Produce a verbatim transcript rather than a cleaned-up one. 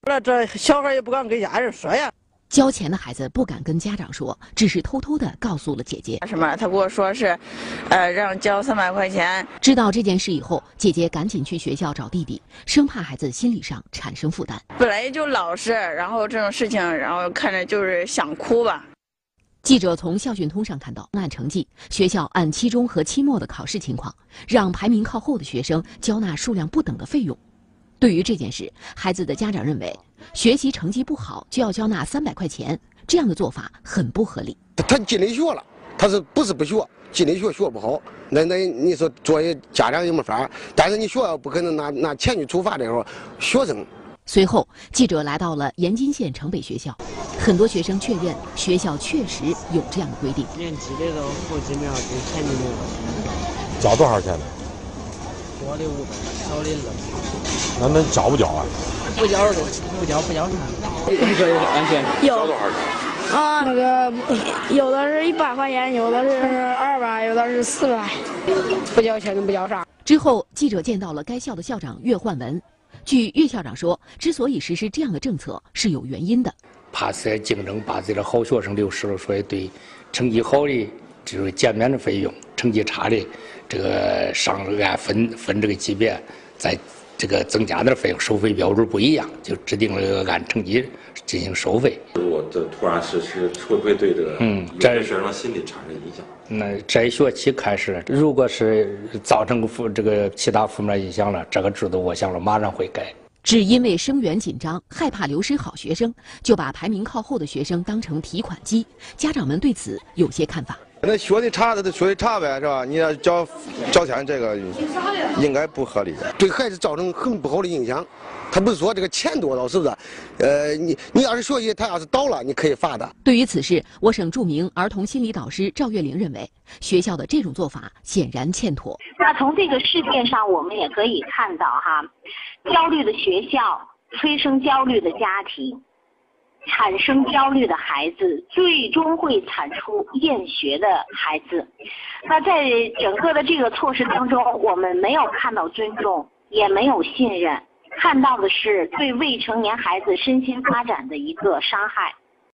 那这小孩也不敢跟家人说呀。 交钱的孩子不敢跟家长说，只是偷偷的告诉了姐姐。 什么？他跟我说是，呃，让交三百块钱。 知道这件事以后，姐姐赶紧去学校找弟弟，生怕孩子心理上产生负担。 本来就老实，然后这种事情，然后看着就是想哭吧。 记者从校讯通上看到，按成绩，学校按期中和期末的考试情况，让排名靠后的学生交纳数量不等的费用。对于这件事，孩子的家长认为，学习成绩不好就要交纳三百块钱，这样的做法很不合理。 他进了学了，他是不是不学？进了学学不好，那那你说作为家长也没法。但是你学校不可能拿拿钱去处罚这个学生。 随后，记者来到了延津县城北学校，很多学生确认学校确实有这样的规定。 年级的都后几秒给前几秒， 交多少钱呢？ 多的五百，少的二。 那能交不交啊？ 不交的不交不交钱。 你说有安全？ 有交多少钱？ 啊，那个有的是一百块钱，有的是二百，有的是四百，不交钱就不交啥。 之后，记者见到了该校的校长岳焕文。据岳校长说，之所以实施这样的政策是有原因的， 怕是竞争把这个好学生流失了，所以对成绩好的就是减免的费用，成绩差的这个上按分分这个级别，在这个增加的费用，收费标准不一样，就制定了按成绩进行收费。 如果这突然实施，会不会对这个嗯有的学生心理产生影响？ 那这一学期开始，如果是造成负这个其他负面影响了，这个制度我想了马上会改。 只因为生源紧张，害怕流失好学生，就把排名靠后的学生当成提款机。家长们对此有些看法。 那学的差的学的差呗，是吧？你要交交钱，这个应该不合理，对孩子造成很不好的影响。他不是说这个钱多少，是不是？呃，你你要是学习，他要是倒了，你可以罚的。 对于此事，我省著名儿童心理导师赵月玲认为，学校的这种做法显然欠妥。 那从这个事件上，我们也可以看到哈，焦虑的学校催生焦虑的家庭，产生焦虑的孩子，最终会产出厌学的孩子。那在整个的这个措施当中，我们没有看到尊重，也没有信任，看到的是对未成年孩子身心发展的一个伤害。